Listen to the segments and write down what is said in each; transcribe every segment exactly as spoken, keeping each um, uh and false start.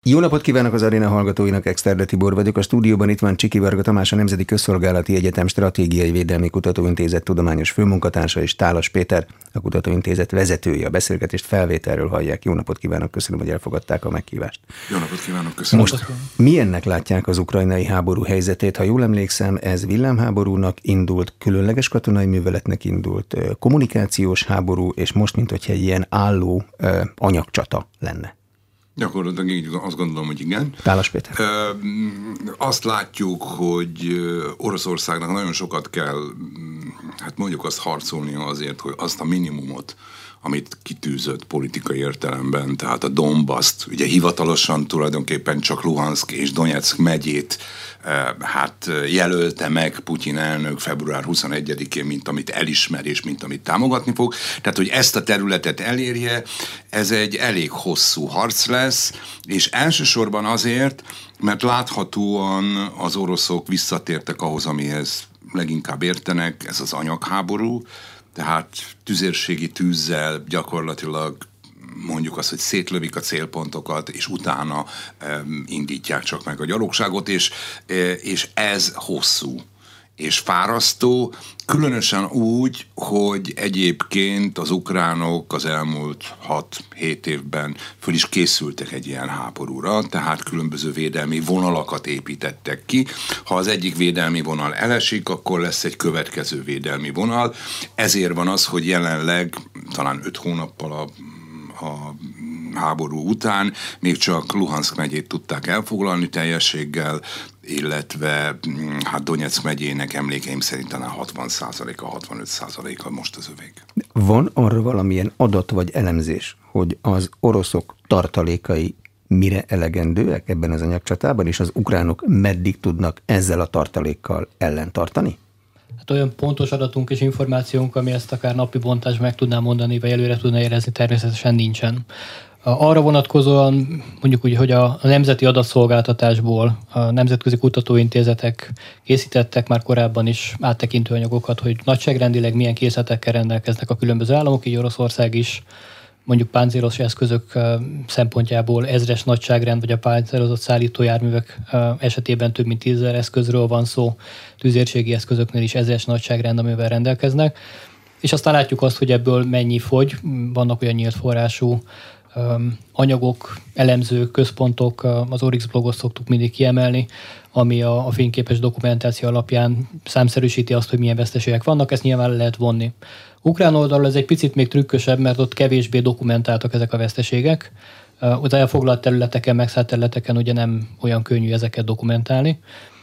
Jó napot kívánok az Aréna hallgatóinak, Exterde Tibor vagyok. A stúdióban itt van Csiki Varga Tamás, a Nemzeti Közszolgálati Egyetem Stratégiai Védelmi Kutatóintézet tudományos főmunkatársa, és Tálas Péter, a kutatóintézet vezetője. A beszélgetést felvételről hallják. Jó napot kívánok, köszönöm, hogy elfogadták a meghívást. Jó napot kívánok, köszönöm. Most milyennek látják az ukrajnai háború helyzetét? Ha jól emlékszem, ez villámháborúnak indult, különleges katonai műveletnek indult, kommunikációs háború, és most, mint hogyha ilyen álló uh, anyagcsata lenne. Gyakorlatilag így azt gondolom, hogy igen. Tálas Péter. Ö, azt látjuk, hogy Oroszországnak nagyon sokat kell, hát mondjuk azt harcolnia azért, hogy azt a minimumot, amit kitűzött politikai értelemben, tehát a Donbaszt, ugye hivatalosan tulajdonképpen csak Luhanszk és Donetszk megyét hát jelölte meg Putyin elnök február huszonegyedikén, mint amit elismer és mint amit támogatni fog. Tehát, hogy ezt a területet elérje, ez egy elég hosszú harc lesz, és elsősorban azért, mert láthatóan az oroszok visszatértek ahhoz, amihez leginkább értenek, ez az anyagháború, tehát tüzérségi tűzzel gyakorlatilag mondjuk azt, hogy szétlövik a célpontokat, és utána um, indítják csak meg a gyalogságot, és, és ez hosszú és fárasztó, különösen úgy, hogy egyébként az ukránok az elmúlt hat-hét évben föl is készültek egy ilyen háborúra, tehát különböző védelmi vonalakat építettek ki. Ha az egyik védelmi vonal elesik, akkor lesz egy következő védelmi vonal. Ezért van az, hogy jelenleg talán öt hónappal a a háború után még csak Luhanszk megyét tudták elfoglalni teljességgel, illetve hát Donetszk megyének emlékeim szerint talán hatvan százaléka, hatvanöt százaléka most az övék. Van arra valamilyen adat vagy elemzés, hogy az oroszok tartalékai mire elegendőek ebben az anyagcsatában, és az ukránok meddig tudnak ezzel a tartalékkal ellentartani? Hát olyan pontos adatunk és információnk, ami ezt akár napi bontásban meg tudná mondani, vagy előre tudná érezni, természetesen nincsen. Arra vonatkozóan mondjuk úgy, hogy a nemzeti adatszolgáltatásból a nemzetközi kutatóintézetek készítettek már korábban is áttekintő anyagokat, hogy nagyságrendileg milyen készletekkel rendelkeznek a különböző államok, így Oroszország is, mondjuk páncélos eszközök szempontjából ezres nagyságrend, vagy a páncélozott szállítójárművek esetében több mint tízezer eszközről van szó, tüzérségi eszközöknél is ezres nagyságrend, amivel rendelkeznek. És aztán látjuk azt, hogy ebből mennyi fogy, vannak olyan nyílt forrású anyagok, elemzők, központok, az Oryx blogot szoktuk mindig kiemelni, ami a, a fényképes dokumentáció alapján számszerűsíti azt, hogy milyen veszteségek vannak, ezt nyilván lehet vonni. Ukrán oldalról ez egy picit még trükkösebb, mert ott kevésbé dokumentáltak ezek a veszteségek. Az elfoglalt területeken, megszállt területeken ugye nem olyan könnyű ezeket dokumentálni,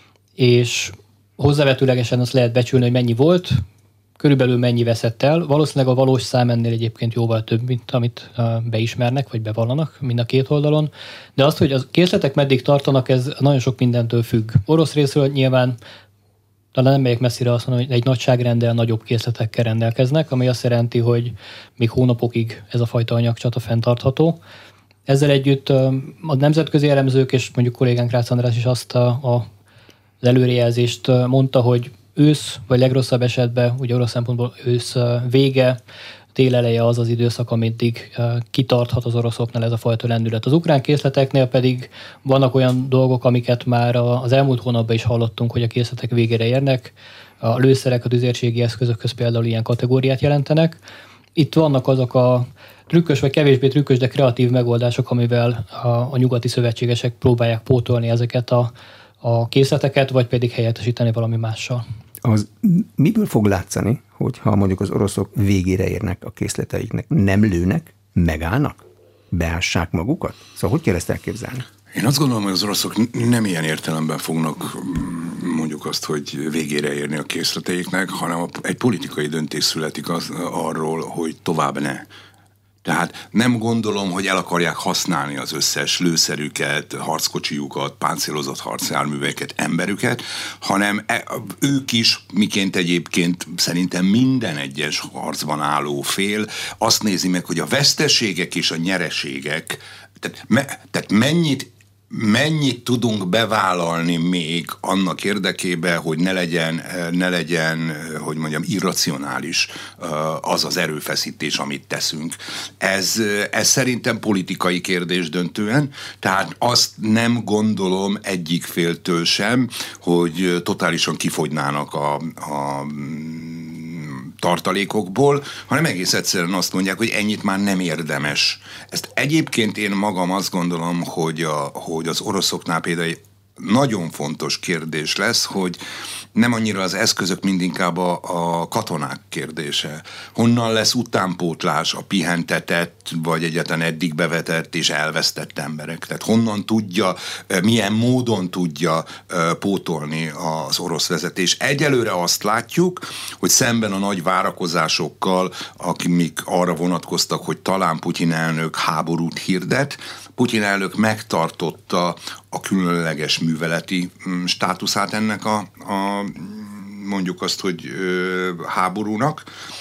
és hozzávetőlegesen azt lehet becsülni, hogy mennyi volt, körülbelül mennyi veszett el. Valószínűleg a valós szám ennél egyébként jóval több, mint amit beismernek, vagy bevallanak mind a két oldalon. De azt, hogy a készletek meddig tartanak, ez nagyon sok mindentől függ. Orosz részről nyilván talán nem megyek messzire azt mondani, hogy egy nagyságrenddel nagyobb készletekkel rendelkeznek, ami azt jelenti, hogy még hónapokig ez a fajta anyagcsata fenntartható. Ezzel együtt a nemzetközi elemzők, és mondjuk kollégánk Rácz András is azt a, a, az előrejelzést mondta, hogy ősz, vagy legrosszabb esetben, ugye orosz szempontból ősz vége, tél eleje az az időszak, ameddig kitarthat az oroszoknál ez a fajta lendület. Az ukrán készleteknél pedig vannak olyan dolgok, amiket már az elmúlt hónapban is hallottunk, hogy a készletek végére érnek. A lőszerek, a tüzérségi eszközökhöz például ilyen kategóriát jelentenek. Itt vannak azok a trükkös, vagy kevésbé trükkös, de kreatív megoldások, amivel a, a nyugati szövetségesek próbálják pótolni ezeket a, a készleteket, vagy pedig helyettesíteni valami mással. Az miből fog látszani, hogyha mondjuk az oroszok végére érnek a készleteiknek? Nem lőnek? Megállnak? Beássák magukat? Szóval hogy kell ezt elképzelni? Én azt gondolom, hogy az oroszok nem ilyen értelemben fognak mondjuk azt, hogy végére érni a készleteiknek, hanem egy politikai döntés születik az, arról, hogy tovább ne. Tehát nem gondolom, hogy el akarják használni az összes lőszerüket, harckocsijukat, páncélozott harcjárműveket, emberüket, hanem ők is, miként egyébként szerintem minden egyes harcban álló fél, azt nézi meg, hogy a veszteségek és a nyereségek, tehát, me, tehát mennyit mennyit tudunk bevállalni még annak érdekében, hogy ne legyen, ne legyen, hogy mondjam, irracionális az az erőfeszítés, amit teszünk. Ez, ez szerintem politikai kérdés döntően, tehát azt nem gondolom egyik féltől sem, hogy totálisan kifogynának a, a tartalékokból, hanem egész egyszerűen azt mondják, hogy ennyit már nem érdemes. Ezt egyébként én magam azt gondolom, hogy, a, hogy az oroszoknál például egy nagyon fontos kérdés lesz, hogy nem annyira az eszközök, mind inkább a, a katonák kérdése. Honnan lesz utánpótlás a pihentetett, vagy egyáltalán eddig bevetett és elvesztett emberek? Tehát honnan tudja, milyen módon tudja pótolni az orosz vezetés? Egyelőre azt látjuk, hogy szemben a nagy várakozásokkal, akik arra vonatkoztak, hogy talán Putyin elnök háborút hirdet, Putyin elnök megtartotta a különleges műveleti státuszát ennek a, a mondjuk azt, hogy ö, háborúnak,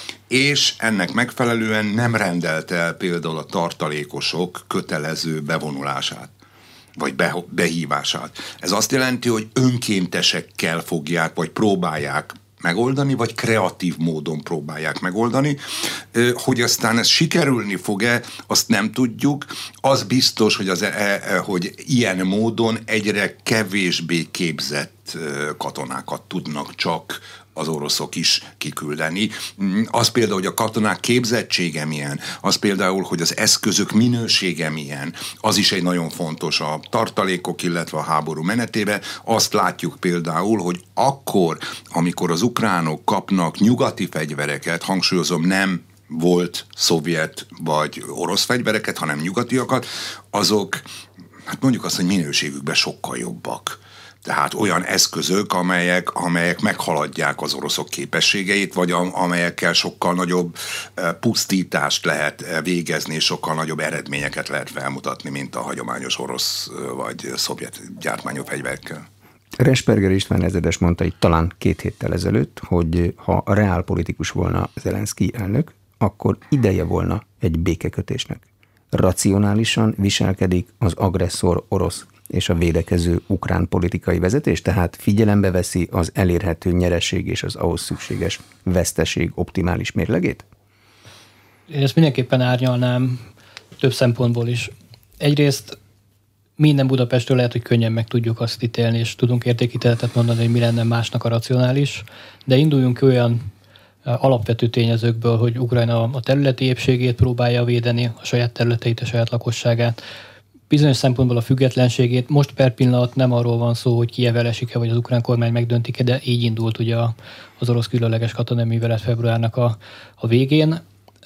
és ennek megfelelően nem rendelte el például a tartalékosok kötelező bevonulását, vagy be, behívását. Ez azt jelenti, hogy önkéntesekkel fogják, vagy próbálják megoldani, vagy kreatív módon próbálják megoldani. Hogy aztán ez sikerülni fog-e, azt nem tudjuk. Az biztos, hogy, az, hogy ilyen módon egyre kevésbé képzett katonákat tudnak csak az oroszok is kiküldeni. Az például, hogy a katonák képzettsége milyen, az például, hogy az eszközök minősége milyen, az is egy nagyon fontos a tartalékok, illetve a háború menetében. Azt látjuk például, hogy akkor, amikor az ukránok kapnak nyugati fegyvereket, hangsúlyozom, nem volt szovjet vagy orosz fegyvereket, hanem nyugatiakat, azok, hát mondjuk azt, hogy minőségükben sokkal jobbak. Tehát olyan eszközök, amelyek, amelyek meghaladják az oroszok képességeit, vagy amelyekkel sokkal nagyobb pusztítást lehet végezni, és sokkal nagyobb eredményeket lehet felmutatni, mint a hagyományos orosz vagy szovjet gyártmányú fegyverekkel. Resperger István ezredes mondta itt talán két héttel ezelőtt, hogy ha reálpolitikus volna Zelenszkij elnök, akkor ideje volna egy békekötésnek. Racionálisan viselkedik az agresszor orosz és a védekező ukrán politikai vezetés, tehát figyelembe veszi az elérhető nyereség és az ahhoz szükséges veszteség optimális mérlegét? Én ezt mindenképpen árnyalnám több szempontból is. Egyrészt minden Budapestről lehet, hogy könnyen meg tudjuk azt ítélni, és tudunk értékítéletet mondani, hogy mi lenne másnak a racionális, de induljunk olyan alapvető tényezőkből, hogy Ukrajna a területi épségét próbálja védeni, a saját területeit, a saját lakosságát, bizonyos szempontból a függetlenségét. Most per pillanat nem arról van szó, hogy Kijev elesik-e, vagy az ukrán kormány megdöntik-e, de így indult ugye az orosz különleges katonai művelet februárnak a, a végén.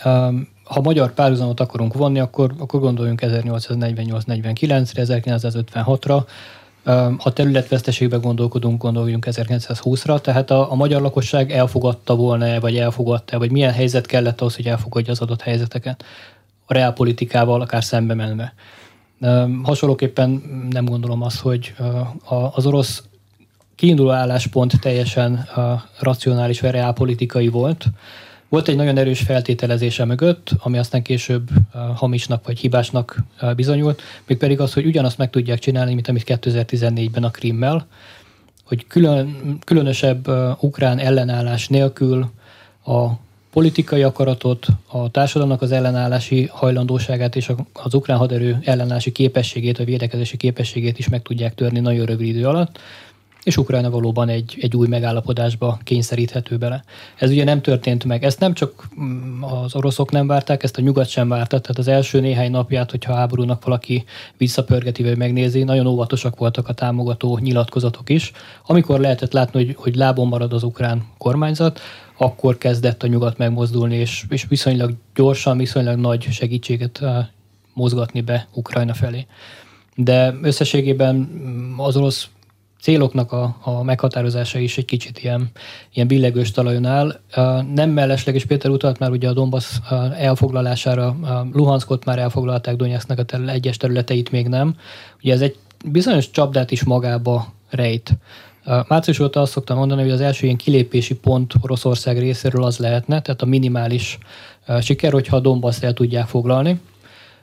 Ha magyar párhuzamot akarunk vonni, akkor, akkor gondoljunk ezernyolcszáznegyvennyolc negyvenkilencre, ezerkilencszázötvenhatra. Ha területveszteségbe gondolkodunk, gondoljunk ezerkilencszázhúszra, tehát a, a magyar lakosság elfogadta volna, vagy elfogadta, vagy milyen helyzet kellett ahhoz, hogy elfogadja az adott helyzeteket a reálpolitikával akár szembe menve. Hasonlóképpen nem gondolom azt, hogy az orosz kiinduló álláspont teljesen racionális vagy reálpolitikai volt. Volt egy nagyon erős feltételezése mögött, ami aztán később hamisnak vagy hibásnak bizonyult, mégpedig az, hogy ugyanazt meg tudják csinálni, mint amit kétezer-tizennégyben a Krimmel, hogy külön, különösebb ukrán ellenállás nélkül a politikai akaratot, a társadalomnak az ellenállási hajlandóságát és az ukrán haderő ellenállási képességét, a védekezési képességét is meg tudják törni nagyon rövid idő alatt, és Ukrajna valóban egy, egy új megállapodásba kényszeríthető bele. Ez ugye nem történt meg. Ezt nem csak az oroszok nem várták, ezt a nyugat sem várta, tehát az első néhány napját, hogyha háborúnak valaki visszapörgeti vagy megnézi, nagyon óvatosak voltak a támogató nyilatkozatok is. Amikor lehetett látni, hogy, hogy lábon marad az ukrán kormányzat, akkor kezdett a nyugat megmozdulni, és, és viszonylag gyorsan, viszonylag nagy segítséget mozgatni be Ukrajna felé. De összességében az orosz céloknak a, a meghatározása is egy kicsit ilyen, ilyen billegős talajon áll. Nem mellesleg, és Péter utalt már ugye a Donbass elfoglalására, Luhanszkot már elfoglalták, Donetsznek a terület, egyes területeit még nem. Ugye ez egy bizonyos csapdát is magába rejt. Március óta azt szoktam mondani, hogy az első ilyen kilépési pont Oroszország részéről az lehetne, tehát a minimális siker, hogyha a Donbaszt el tudják foglalni.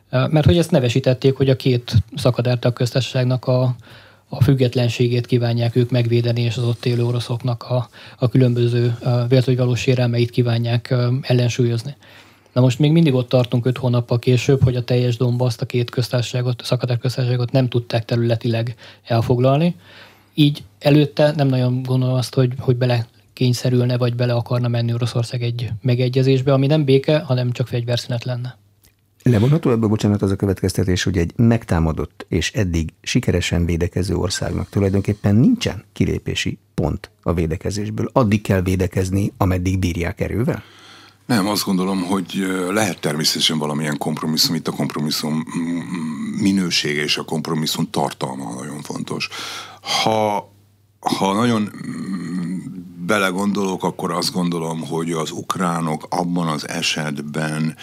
Mert hogy ezt nevesítették, hogy a két szakadártag köztársaságnak a, a függetlenségét kívánják ők megvédeni, és az ott élő oroszoknak a, a különböző vélt vagy valós sérelmeit kívánják ellensúlyozni. Na most még mindig ott tartunk öt hónappal később, hogy a teljes Donbaszt, a két köztársaságot, a szakadár köztársaságot nem tudták területileg elfoglalni. Így előtte nem nagyon gondolom azt, hogy, hogy bele kényszerülne, vagy bele akarna menni Oroszország egy megegyezésbe, ami nem béke, hanem csak fegyverszünet lenne. Levonható ebből, bocsánat, az a következtetés, hogy egy megtámadott és eddig sikeresen védekező országnak tulajdonképpen nincsen kilépési pont a védekezésből. Addig kell védekezni, ameddig bírják erővel? Nem, azt gondolom, hogy lehet természetesen valamilyen kompromisszum. Itt a kompromisszum minősége és a kompromisszum tartalma nagyon fontos. Ha, ha nagyon belegondolok, akkor azt gondolom, hogy az ukránok abban az esetben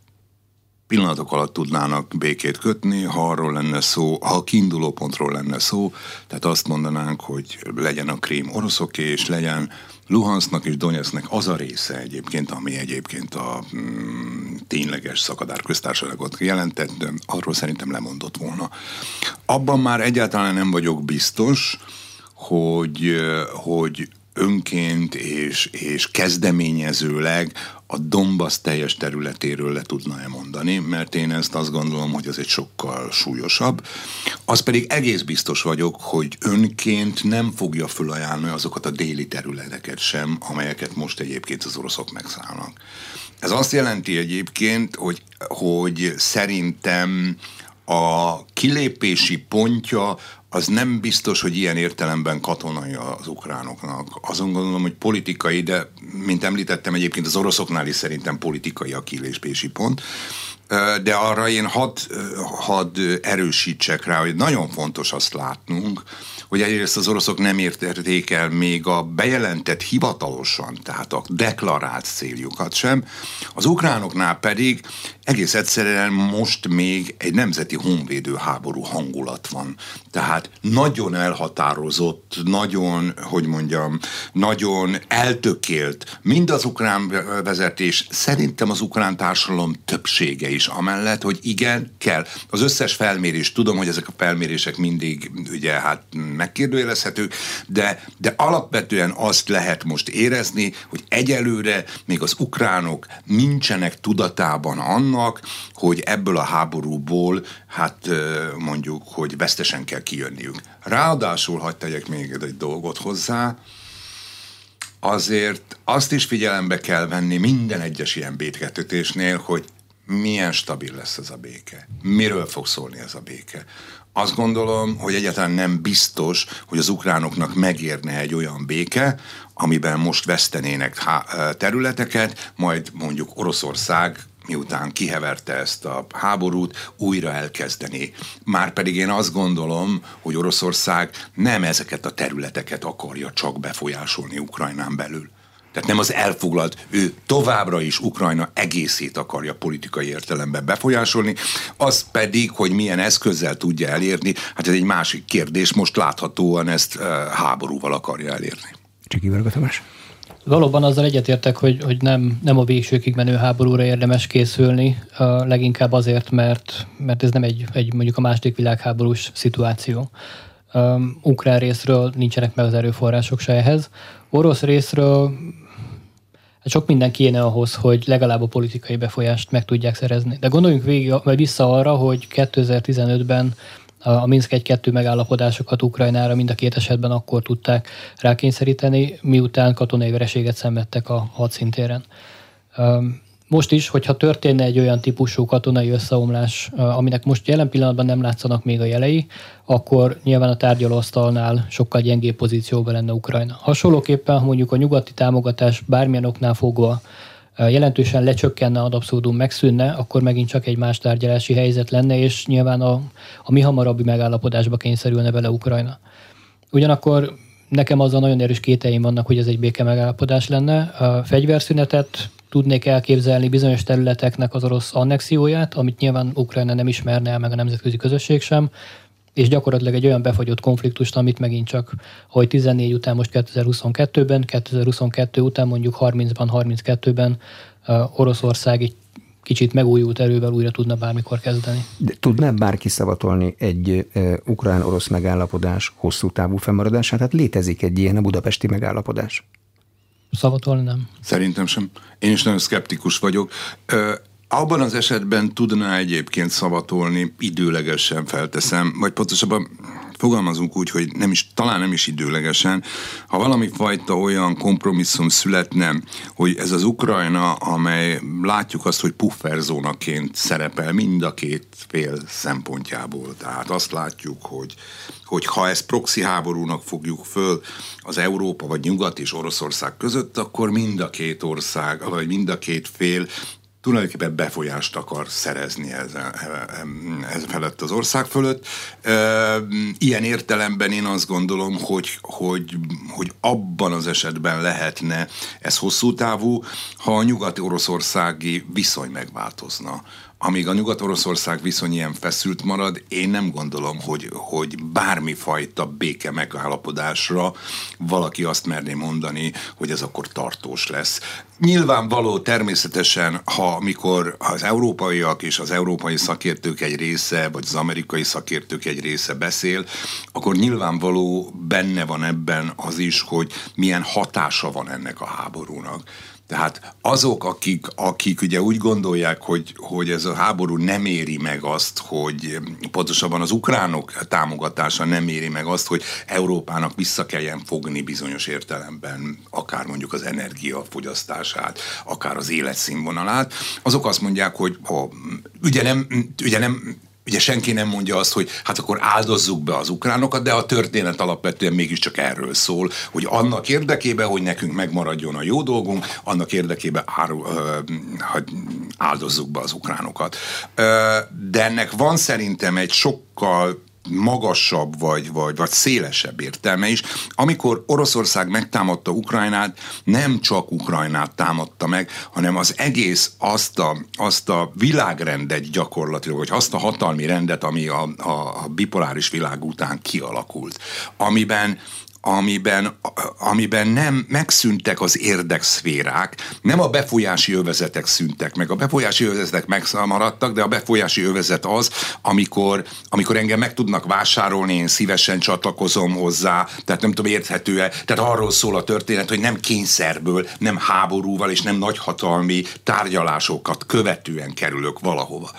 pillanatok alatt tudnának békét kötni, ha arról lenne szó, ha a kiinduló pontról lenne szó, tehát azt mondanánk, hogy legyen a Krím oroszoké, és legyen Luhansznak és Donetsznek az a része egyébként, ami egyébként a mm, tényleges szakadár köztársaságot jelentett, de arról szerintem lemondott volna. Abban már egyáltalán nem vagyok biztos, hogy, hogy önként és, és kezdeményezőleg a Donbasz teljes területéről le tudna-e mondani, mert én ezt azt gondolom, hogy ez egy sokkal súlyosabb. Az pedig egész biztos vagyok, hogy önként nem fogja fölajánlani azokat a déli területeket sem, amelyeket most egyébként az oroszok megszállnak. Ez azt jelenti egyébként, hogy, hogy szerintem a kilépési pontja az nem biztos, hogy ilyen értelemben katonai az ukránoknak. Azon gondolom, hogy politikai, de mint említettem, egyébként az oroszoknál is szerintem politikai a kilépési pont. De arra én hadd had erősítsek rá, hogy nagyon fontos azt látnunk, hogy egyrészt az oroszok nem érték el még a bejelentett hivatalosan, tehát a deklarált céljukat sem. Az ukránoknál pedig egész egyszerűen most még egy nemzeti honvédő háború hangulat van. Tehát nagyon elhatározott, nagyon, hogy mondjam, nagyon eltökélt mind az ukrán vezetés, szerintem az ukrán társadalom többsége is amellett, hogy igen, kell. Az összes felmérés, tudom, hogy ezek a felmérések mindig ugye hát megkérdőjelezhetők, de, de alapvetően azt lehet most érezni, hogy egyelőre még az ukránok nincsenek tudatában annak, hogy ebből a háborúból hát mondjuk, hogy vesztesen kell kijönniük. Ráadásul, hadd tegyek még egy dolgot hozzá, azért azt is figyelembe kell venni minden egyes ilyen békekötésnél, hogy milyen stabil lesz ez a béke. Miről fog szólni ez a béke? Azt gondolom, hogy egyáltalán nem biztos, hogy az ukránoknak megérne egy olyan béke, amiben most vesztenének területeket, majd mondjuk Oroszország miután kiheverte ezt a háborút, újra elkezdeni. Márpedig én azt gondolom, hogy Oroszország nem ezeket a területeket akarja csak befolyásolni Ukrajnán belül. Tehát nem az elfoglalt, ő továbbra is Ukrajna egészét akarja politikai értelemben befolyásolni, az pedig, hogy milyen eszközzel tudja elérni, hát ez egy másik kérdés, most láthatóan ezt uh, háborúval akarja elérni. Csiki Varga Tamás. Valóban azzal egyetértek, hogy, hogy nem, nem a végsőkig menő háborúra érdemes készülni, uh, leginkább azért, mert, mert ez nem egy, egy mondjuk a második világháborús szituáció. Um, ukrán részről nincsenek meg az erőforrások se ehhez. Orosz részről hát sok minden kéne ahhoz, hogy legalább a politikai befolyást meg tudják szerezni. De gondoljunk végig, vagy vissza arra, hogy kétezer-tizenötben a Minszk egy kettő megállapodásokat Ukrajnára mind a két esetben akkor tudták rákényszeríteni, miután katonai vereséget szenvedtek a hadszintéren. Most is, hogyha történne egy olyan típusú katonai összeomlás, aminek most jelen pillanatban nem látszanak még a jelei, akkor nyilván a tárgyalóasztalnál sokkal gyengébb pozícióban lenne Ukrajna. Hasonlóképpen, ha mondjuk a nyugati támogatás bármilyen oknál fogva jelentősen lecsökkenne, ad abszurdum megszűnne, akkor megint csak egy más tárgyalási helyzet lenne, és nyilván a, a mi hamarabbi megállapodásba kényszerülne bele Ukrajna. Ugyanakkor nekem azzal nagyon erős kételjeim vannak, hogy ez egy béke megállapodás lenne. A fegyverszünetet tudnék elképzelni, bizonyos területeknek az orosz annexióját, amit nyilván Ukrajna nem ismerne el, meg a nemzetközi közösség sem, és gyakorlatilag egy olyan befagyott konfliktust, amit megint csak, hogy tizennégy után most kétezer-huszonkettőben, kétezer-huszonkettő után mondjuk harmincban, harminckettőben uh, Oroszország egy kicsit megújult erővel újra tudna bármikor kezdeni. De tudná bárki szavatolni egy e, ukrán-orosz megállapodás hosszú távú fennmaradását? Tehát létezik egy ilyen, a budapesti megállapodás? Szavatolni nem. Szerintem sem. Én is nagyon szkeptikus vagyok. Ö, abban az esetben tudná egyébként szavatolni, időlegesen felteszem, vagy pontosabban fogalmazunk úgy, hogy nem is, talán nem is időlegesen, ha valami fajta olyan kompromisszum születne, hogy ez az Ukrajna, amely látjuk azt, hogy pufferzónaként szerepel mind a két fél szempontjából. Tehát azt látjuk, hogy, hogy ha ezt proxy háborúnak fogjuk föl az Európa vagy Nyugat és Oroszország között, akkor mind a két ország, vagy mind a két fél tulajdonképpen befolyást akar szerezni ez, ez felett az ország fölött. Ilyen értelemben én azt gondolom, hogy, hogy, hogy abban az esetben lehetne ez hosszú távú, ha a nyugat-oroszországi viszony megváltozna. Amíg a Nyugat-Oroszország viszony ilyen feszült marad, én nem gondolom, hogy, hogy bármifajta béke megállapodásra valaki azt merné mondani, hogy ez akkor tartós lesz. Nyilvánvaló természetesen, ha amikor az európaiak és az európai szakértők egy része, vagy az amerikai szakértők egy része beszél, akkor nyilvánvaló benne van ebben az is, hogy milyen hatása van ennek a háborúnak. Tehát azok, akik, akik ugye úgy gondolják, hogy, hogy ez a háború nem éri meg azt, hogy pontosabban az ukránok támogatása nem éri meg azt, hogy Európának vissza kelljen fogni bizonyos értelemben, akár mondjuk az energiafogyasztását, akár az életszínvonalát, azok azt mondják, hogy ha, ugye nem, ugye nem Ugye senki nem mondja azt, hogy hát akkor áldozzuk be az ukránokat, de a történet alapvetően mégiscsak erről szól, hogy annak érdekében, hogy nekünk megmaradjon a jó dolgunk, annak érdekében áru, hogy áldozzuk be az ukránokat. De ennek van szerintem egy sokkal magasabb vagy, vagy, vagy szélesebb értelme is. Amikor Oroszország megtámadta Ukrajnát, nem csak Ukrajnát támadta meg, hanem az egész azt a, azt a világrendet gyakorlatilag, vagy azt a hatalmi rendet, ami a, a, a bipoláris világ után kialakult, amiben amiben, amiben nem megszűntek az érdekszférák, nem a befolyási övezetek szűntek meg. A befolyási övezetek megmaradtak, de a befolyási övezet az, amikor, amikor engem meg tudnak vásárolni, én szívesen csatlakozom hozzá, tehát nem tudom, érthető-e, tehát arról szól a történet, hogy nem kényszerből, nem háborúval és nem nagyhatalmi tárgyalásokat követően kerülök valahova.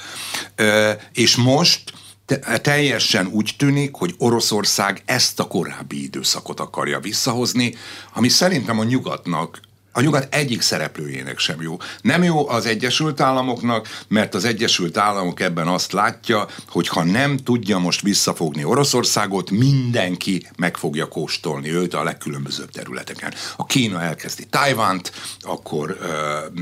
Ö, és most teljesen úgy tűnik, hogy Oroszország ezt a korábbi időszakot akarja visszahozni, ami szerintem a nyugatnak, a nyugat egyik szereplőjének sem jó. Nem jó az Egyesült Államoknak, mert az Egyesült Államok ebben azt látja, hogy ha nem tudja most visszafogni Oroszországot, mindenki meg fogja kóstolni őt a legkülönbözőbb területeken. A Kína elkezdi Tajvant, akkor uh,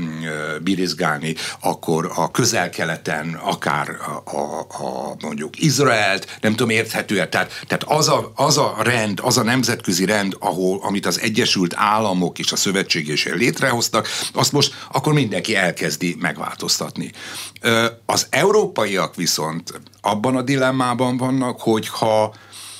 uh, birizgálni, akkor a Közel-Keleten, akár a, a, a mondjuk Izraelt, nem tudom, érthető-e. Tehát, tehát az, a, az a rend, az a nemzetközi rend, ahol, amit az Egyesült Államok és a szövetségi létrehoztak, azt most akkor mindenki elkezdi megváltoztatni. Az európaiak viszont abban a dilemmában vannak, hogyha,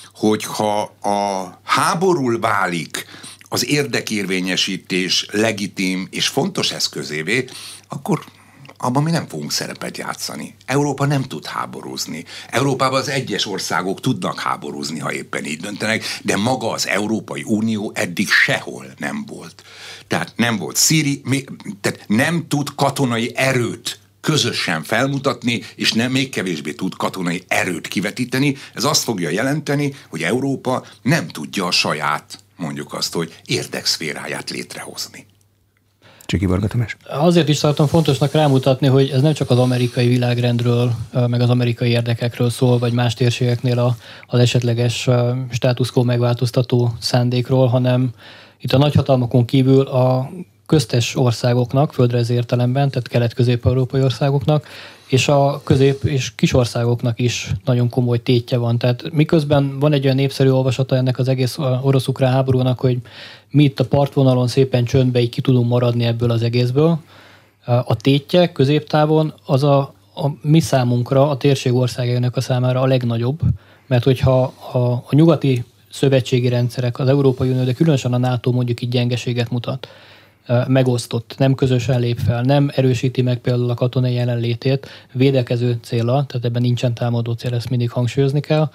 hogyha a háború válik az érdekérvényesítés legitim és fontos eszközévé, akkor abban mi nem fogunk szerepet játszani. Európa nem tud háborúzni. Európában az egyes országok tudnak háborúzni, ha éppen így döntenek, de maga az Európai Unió eddig sehol nem volt. Tehát nem volt Szíri, tehát nem tud katonai erőt közösen felmutatni, és nem még kevésbé tud katonai erőt kivetíteni. Ez azt fogja jelenteni, hogy Európa nem tudja a saját, mondjuk azt, hogy érdekszféráját létrehozni. Csiki Varga Tamás. Azért is tartom fontosnak rámutatni, hogy ez nem csak az amerikai világrendről, meg az amerikai érdekekről szól, vagy más térségeknél a, az esetleges status quo megváltoztató szándékról, hanem itt a nagyhatalmakon kívül a köztes országoknak, földrajzi értelemben, tehát kelet-közép-európai országoknak, és a közép- és kis országoknak is nagyon komoly tétje van. Tehát miközben van egy olyan népszerű olvasata ennek az egész orosz-ukrán háborúnak, hogy mi itt a partvonalon szépen csöndbe így ki tudunk maradni ebből az egészből, a tétje középtávon az a, a mi számunkra, a térség országainak a számára a legnagyobb, mert hogyha a, a nyugati szövetségi rendszerek, az Európai Unió, de különösen a NATO mondjuk így gyengeséget mutat, megosztott, nem közösen lép fel, nem erősíti meg például a katonai jelenlétét védekező céllal, tehát ebben nincsen támadó cél, ezt mindig hangsúlyozni kell,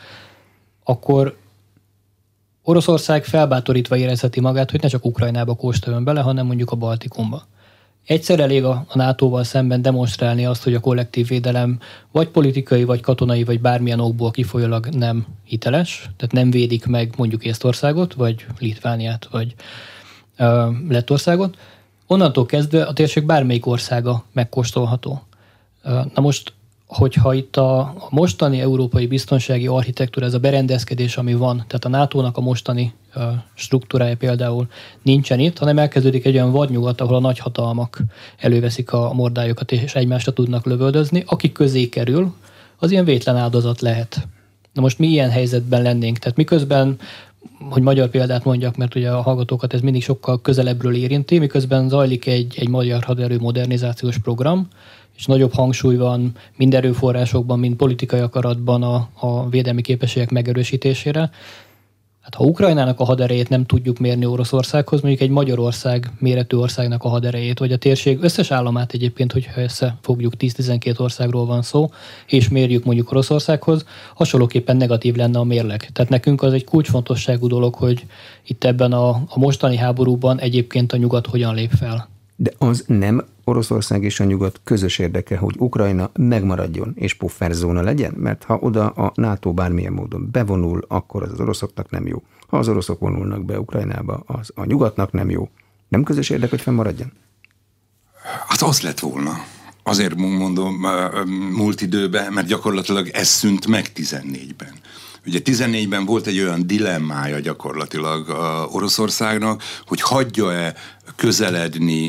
akkor Oroszország felbátorítva érezheti magát, hogy ne csak Ukrajnába kóstoljon bele, hanem mondjuk a Baltikumba. Egyszer elég a nátóval szemben demonstrálni azt, hogy a kollektív védelem vagy politikai, vagy katonai, vagy bármilyen okból kifolyólag nem hiteles, tehát nem védik meg mondjuk Észtországot, vagy Litvániát, vagy uh, Lettországot. Onnantól kezdve a térség bármelyik országa megkóstolható. Uh, na most, hogyha itt a, a mostani európai biztonsági architektúra, ez a berendezkedés, ami van, tehát a nátónak a mostani uh, struktúrája például nincsen itt, hanem elkezdődik egy olyan vadnyugat, ahol a nagyhatalmak előveszik a mordájukat, és egymásra tudnak lövöldözni. Aki közé kerül, az ilyen vétlen áldozat lehet. Na most mi ilyen helyzetben lennénk? Tehát miközben, hogy magyar példát mondjak, mert ugye a hallgatókat ez mindig sokkal közelebbről érinti, miközben zajlik egy, egy magyar haderő modernizációs program, és nagyobb hangsúly van mind erőforrásokban, mind politikai akaratban a, a védelmi képességek megerősítésére. Hát ha Ukrajnának a haderejét nem tudjuk mérni Oroszországhoz, mondjuk egy Magyarország méretű országnak a haderejét, vagy a térség összes államát egyébként, hogyha összefogjuk, tíz-tizenkét országról van szó, és mérjük mondjuk Oroszországhoz, hasonlóképpen negatív lenne a mérleg. Tehát nekünk az egy kulcsfontosságú dolog, hogy itt ebben a, a mostani háborúban egyébként a nyugat hogyan lép fel. De az nem Oroszország és a nyugat közös érdeke, hogy Ukrajna megmaradjon és pufferzóna legyen? Mert ha oda a NATO bármilyen módon bevonul, akkor az az oroszoknak nem jó. Ha az oroszok vonulnak be Ukrajnába, az a nyugatnak nem jó. Nem közös érdek, hogy fennmaradjon? Hát az lett volna. Azért mondom múlt időben, mert gyakorlatilag ez szűnt meg tizennégyben. Ugye tizennégyben volt egy olyan dilemmája gyakorlatilag a Oroszországnak, hogy hagyja-e közeledni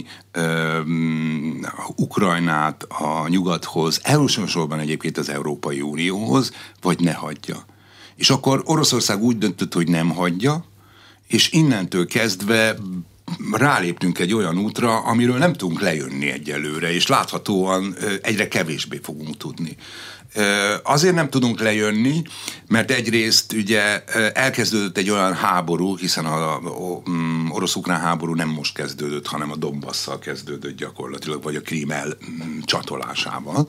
um, Ukrajnát a nyugathoz, elsősorban egyébként az Európai Unióhoz, vagy ne hagyja. És akkor Oroszország úgy döntött, hogy nem hagyja, és innentől kezdve ráléptünk egy olyan útra, amiről nem tudunk lejönni egyelőre, és láthatóan egyre kevésbé fogunk tudni. Azért nem tudunk lejönni, mert egyrészt ugye elkezdődött egy olyan háború, hiszen az orosz-ukrán háború nem most kezdődött, hanem a Donbasszal kezdődött gyakorlatilag, vagy a Krím elcsatolásával,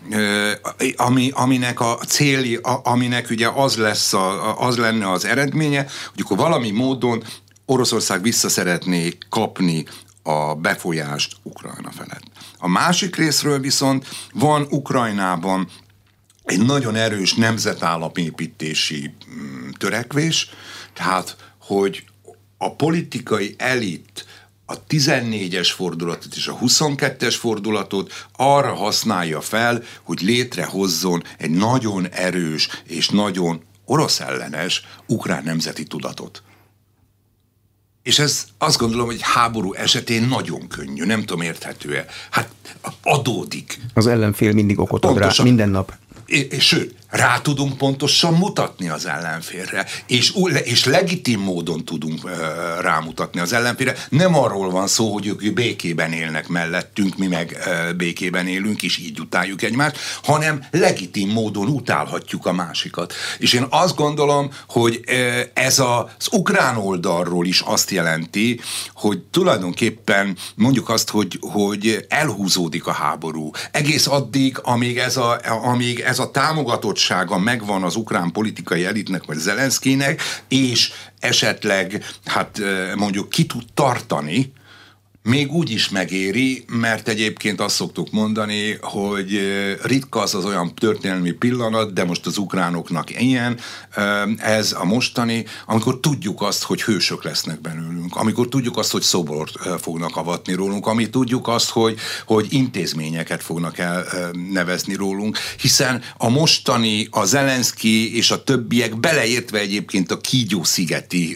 ami, aminek a céli, aminek ugye az lesz, a, az lenne az eredménye, hogy akkor valami módon Oroszország vissza szeretné kapni a befolyást Ukrajna felett. A másik részről viszont van Ukrajnában egy nagyon erős nemzetállamépítési törekvés, tehát, hogy a politikai elit a tizennégyes fordulatot és a huszonkettes fordulatot arra használja fel, hogy létrehozzon egy nagyon erős és nagyon orosz ellenes ukrán nemzeti tudatot. És ez azt gondolom, hogy háború esetén nagyon könnyű, nem tudom, érthető-e. Hát adódik. Az ellenfél mindig okot ad rá, minden nap. És sőt, rá tudunk pontosan mutatni az ellenfélre, és, és legitim módon tudunk uh, rámutatni az ellenfélre. Nem arról van szó, hogy ők békében élnek mellettünk, mi meg uh, békében élünk, és így utáljuk egymást, hanem legitim módon utálhatjuk a másikat. És én azt gondolom, hogy uh, ez a, az ukrán oldalról is azt jelenti, hogy tulajdonképpen mondjuk azt, hogy, hogy elhúzódik a háború. Egész addig, amíg ez a, amíg ez a támogatottsága megvan az ukrán politikai elitnek, vagy Zelenszkijnek, és esetleg, hát mondjuk ki tud tartani, még úgy is megéri, mert egyébként azt szoktuk mondani, hogy ritka az az olyan történelmi pillanat, de most az ukránoknak ilyen, ez a mostani, amikor tudjuk azt, hogy hősök lesznek belőlünk, amikor tudjuk azt, hogy szobort fognak avatni rólunk, amikor tudjuk azt, hogy, hogy intézményeket fognak elnevezni rólunk, hiszen a mostani, a Zelenszkij és a többiek, beleértve egyébként a Kígyó-szigeti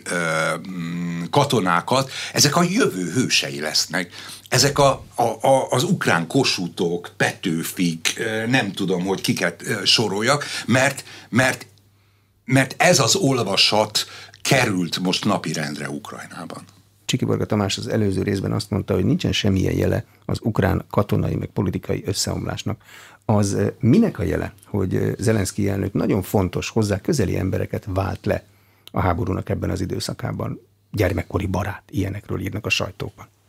katonákat, ezek a jövő hősei lesznek. Ezek a, a, a, az ukrán Kossuthok, Petőfik, nem tudom, hogy kiket soroljak, mert, mert, mert ez az olvasat került most napirendre Ukrajnában. Csiky-Varga Tamás az előző részben azt mondta, hogy nincsen semmilyen jele az ukrán katonai meg politikai összeomlásnak. Az minek a jele, hogy Zelenszkij elnök nagyon fontos, hozzá közeli embereket vált le a háborúnak ebben az időszakában? Gyermekkori barát, ilyenekről írnak a sajtóban.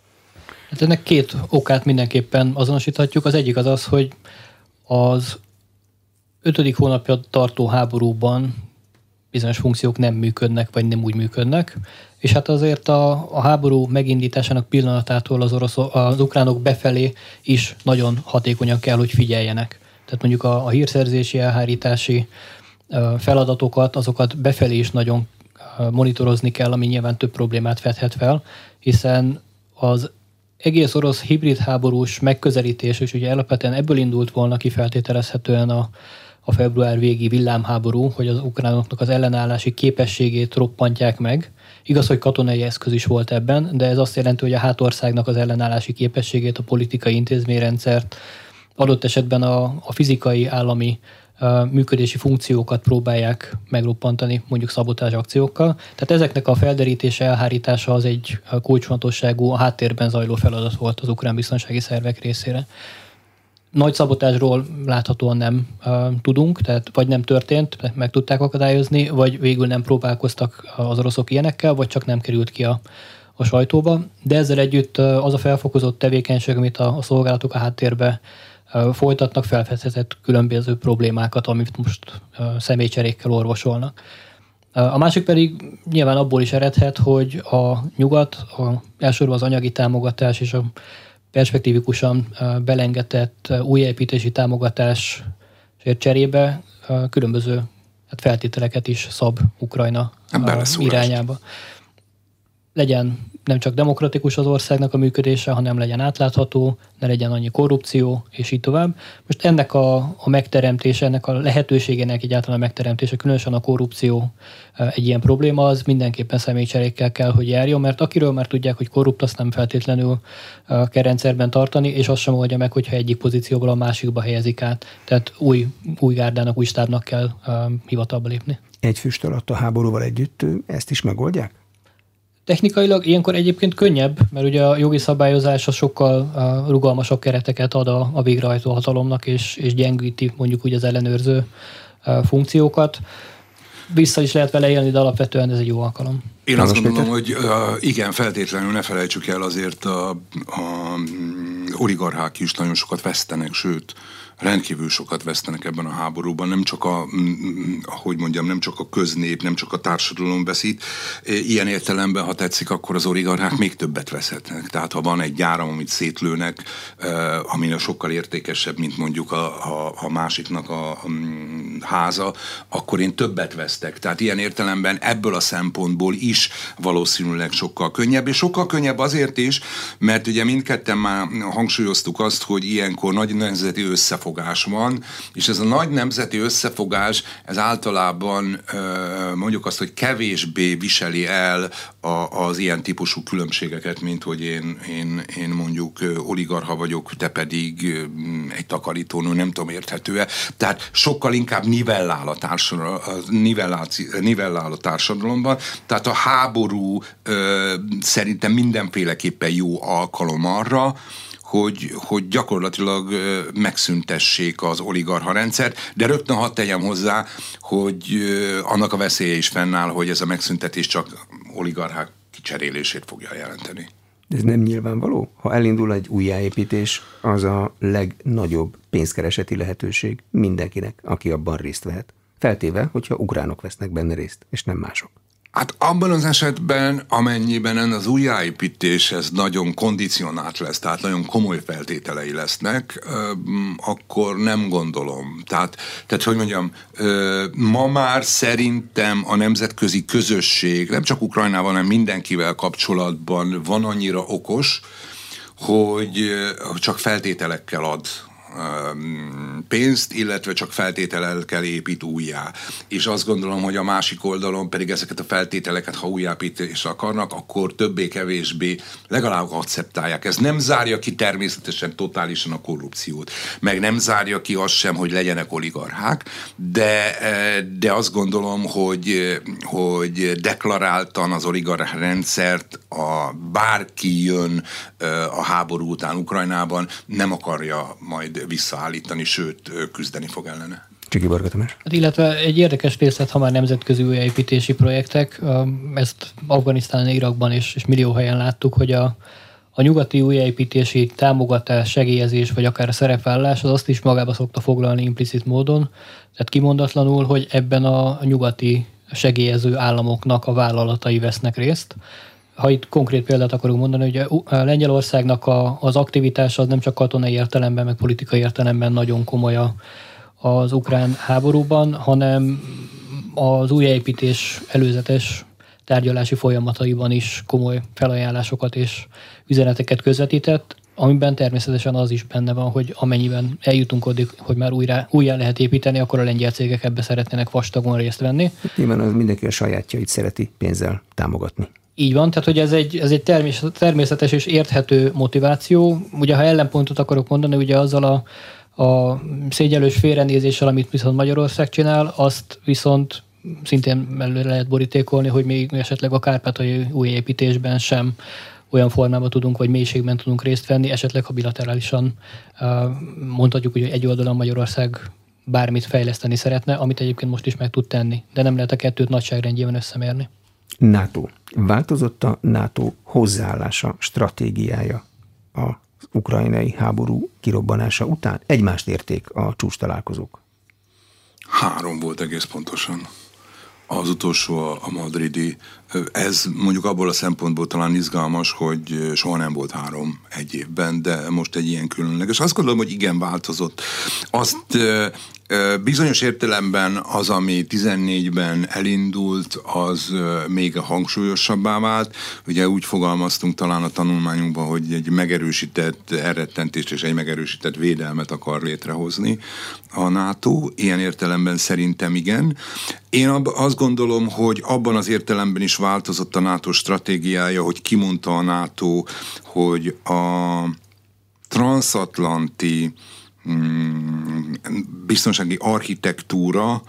Hát ennek két okát mindenképpen azonosíthatjuk. Az egyik az az, hogy az ötödik hónapja tartó háborúban bizonyos funkciók nem működnek, vagy nem úgy működnek, és hát azért a, a háború megindításának pillanatától az, orosz, az ukránok befelé is nagyon hatékonyan kell, hogy figyeljenek. Tehát mondjuk a, a hírszerzési, elhárítási feladatokat, azokat befelé is nagyon monitorozni kell, ami nyilván több problémát fedhet fel, hiszen az egész orosz hibrid háborús megközelítés, és ugye alapvetően ebből indult volna ki feltételezhetően a, a február végi villámháború, hogy az ukránoknak az ellenállási képességét roppantják meg. Igaz, hogy katonai eszköz is volt ebben, de ez azt jelenti, hogy a hátországnak az ellenállási képességét, a politikai intézményrendszert, adott esetben a, a fizikai állami uh, működési funkciókat próbálják megroppantani, mondjuk szabotázs akciókkal. Tehát ezeknek a felderítése, elhárítása az egy kulcsfontosságú, a háttérben zajló feladat volt az ukrán biztonsági szervek részére. Nagy szabotázsról láthatóan nem uh, tudunk, tehát vagy nem történt, meg tudták akadályozni, vagy végül nem próbálkoztak az oroszok ilyenekkel, vagy csak nem került ki a, a sajtóba. De ezzel együtt uh, az a felfokozott tevékenység, amit a, a szolgálatok a háttérbe uh, folytatnak, felfedezett különböző problémákat, amit most uh, személycserékkel orvosolnak. Uh, a másik pedig nyilván abból is eredhet, hogy a nyugat, a, elsősorban az anyagi támogatás és a perspektívikusan belengetett újjáépítési támogatás cserébe különböző hát feltételeket is szab Ukrajna irányába. Legyen nem csak demokratikus az országnak a működése, hanem legyen átlátható, ne legyen annyi korrupció, és így tovább. Most ennek a, a megteremtése, ennek a lehetőségének egyáltalán a megteremtése, különösen a korrupció egy ilyen probléma, az mindenképpen személycserékkel kell, hogy járjon, mert akiről már tudják, hogy korrupt, azt nem feltétlenül kell rendszerben tartani, és azt sem oldja meg, hogyha egyik pozícióból a másikba helyezik át. Tehát új, új gárdának, új stábnak kell hivatalba lépni. Egy füst alatt a háborúval együtt ezt is megoldják? Technikailag ilyenkor egyébként könnyebb, mert ugye a jogi szabályozás az sokkal rugalmasabb kereteket ad a, a végrehajtó hatalomnak, és, és gyengíti mondjuk úgy az ellenőrző funkciókat. Vissza is lehet vele élni, de alapvetően ez egy jó alkalom. Én azt gondolom, hogy igen, feltétlenül ne felejtsük el, azért a, a oligarchák is nagyon sokat vesztenek, sőt, rendkívül sokat vesztenek ebben a háborúban, nem csak a, ahogy mondjam, nem csak a köznép, nem csak a társadalom veszít. Ilyen értelemben, ha tetszik, akkor az oligarchák még többet veszhetnek. Tehát ha van egy gyáram, amit szétlőnek, ami sokkal értékesebb, mint mondjuk a, a, a másiknak a, a háza, akkor én többet vesztek. Tehát ilyen értelemben ebből a szempontból is valószínűleg sokkal könnyebb, és sokkal könnyebb azért is, mert ugye mindketten már hangsúlyoztuk azt, hogy ilyenkor nagy nemzeti összefogás van, és ez a nagy nemzeti összefogás, ez általában mondjuk azt, hogy kevésbé viseli el a, az ilyen típusú különbségeket, mint hogy én, én, én mondjuk oligarcha vagyok, te pedig egy takarítónő, nem tudom, érthető-e. Tehát sokkal inkább nivellál a, társadalom, nivellál a társadalomban. Tehát a háború ö, szerintem mindenféleképpen jó alkalom arra, hogy, hogy gyakorlatilag megszüntessék az oligarcha rendszert, de rögtön hadd tegyem hozzá, hogy annak a veszélye is fennáll, hogy ez a megszüntetés csak oligarchák kicserélését fogja jelenteni. De ez nem nyilvánvaló? Ha elindul egy újjáépítés, az a legnagyobb pénzkereseti lehetőség mindenkinek, aki abban részt vehet. Feltéve, hogyha ukránok vesznek benne részt, és nem mások. Hát abban az esetben, amennyiben az újjáépítés ez nagyon kondicionált lesz, tehát nagyon komoly feltételei lesznek, akkor nem gondolom. Tehát, tehát hogy mondjam, ma már szerintem a nemzetközi közösség, nem csak Ukrajnával, hanem mindenkivel kapcsolatban van annyira okos, hogy csak feltételekkel ad pénzt, illetve csak feltételekkel épít újjá. És azt gondolom, hogy a másik oldalon pedig ezeket a feltételeket, ha újjáépítést akarnak, akkor többé-kevésbé legalább akceptálják. Ez nem zárja ki természetesen totálisan a korrupciót, meg nem zárja ki azt sem, hogy legyenek oligarchák, de, de azt gondolom, hogy, hogy deklaráltan az oligarch rendszert a bárki jön a háború után Ukrajnában, nem akarja majd visszaállítani, sőt, küzdeni fog ellene. Csiki Varga Tamás. Hát illetve egy érdekes részlet, ha már nemzetközi újjáépítési projektek, ezt Afganisztánban, Irakban és, és millió helyen láttuk, hogy a, a nyugati újjáépítési támogatás, segélyezés, vagy akár a szerepvállás, az azt is magába szokta foglalni implicit módon, tehát kimondatlanul, hogy ebben a nyugati segélyező államoknak a vállalatai vesznek részt. Ha itt konkrét példát akarunk mondani, hogy a Lengyelországnak a, az aktivitása az nem csak katonai értelemben, meg politikai értelemben nagyon komoly az ukrán háborúban, hanem az újjáépítés előzetes tárgyalási folyamataiban is komoly felajánlásokat és üzeneteket közvetített, amiben természetesen az is benne van, hogy amennyiben eljutunk addig, hogy már újra, újjá lehet építeni, akkor a lengyel cégek ebbe szeretnének vastagon részt venni. Nyilván az mindenki a sajátjait szereti pénzzel támogatni. Így van, tehát hogy ez egy, ez egy természetes és érthető motiváció. Ugye, ha ellenpontot akarok mondani, ugye azzal a, a szégyellős félrenézéssel, amit viszont Magyarország csinál, azt viszont szintén előre lehet borítékolni, hogy még esetleg a kárpátaljai újjáépítésben sem olyan formában tudunk, vagy mélységben tudunk részt venni, esetleg ha bilaterálisan mondhatjuk, hogy egy oldalon Magyarország bármit fejleszteni szeretne, amit egyébként most is meg tud tenni, de nem lehet a kettőt nagyságrendjében összemérni. NATO. Változott a NATO hozzáállása, stratégiája az ukrajnai háború kirobbanása után? Egymást érték a csúcstalálkozók? Három volt egész pontosan. Az utolsó a madridi. Ez mondjuk abból a szempontból talán izgalmas, hogy soha nem volt három egy évben, de most egy ilyen különleges. Azt gondolom, hogy igen, változott. Azt bizonyos értelemben az, ami tizennégyben elindult, az még hangsúlyosabbá vált. Ugye úgy fogalmaztunk talán a tanulmányunkban, hogy egy megerősített elrettentést és egy megerősített védelmet akar létrehozni a NATO. Ilyen értelemben szerintem igen. Én azt gondolom, hogy abban az értelemben is változott a NATO stratégiája, hogy kimondta a NATO, hogy a transatlanti biztonsági architektúra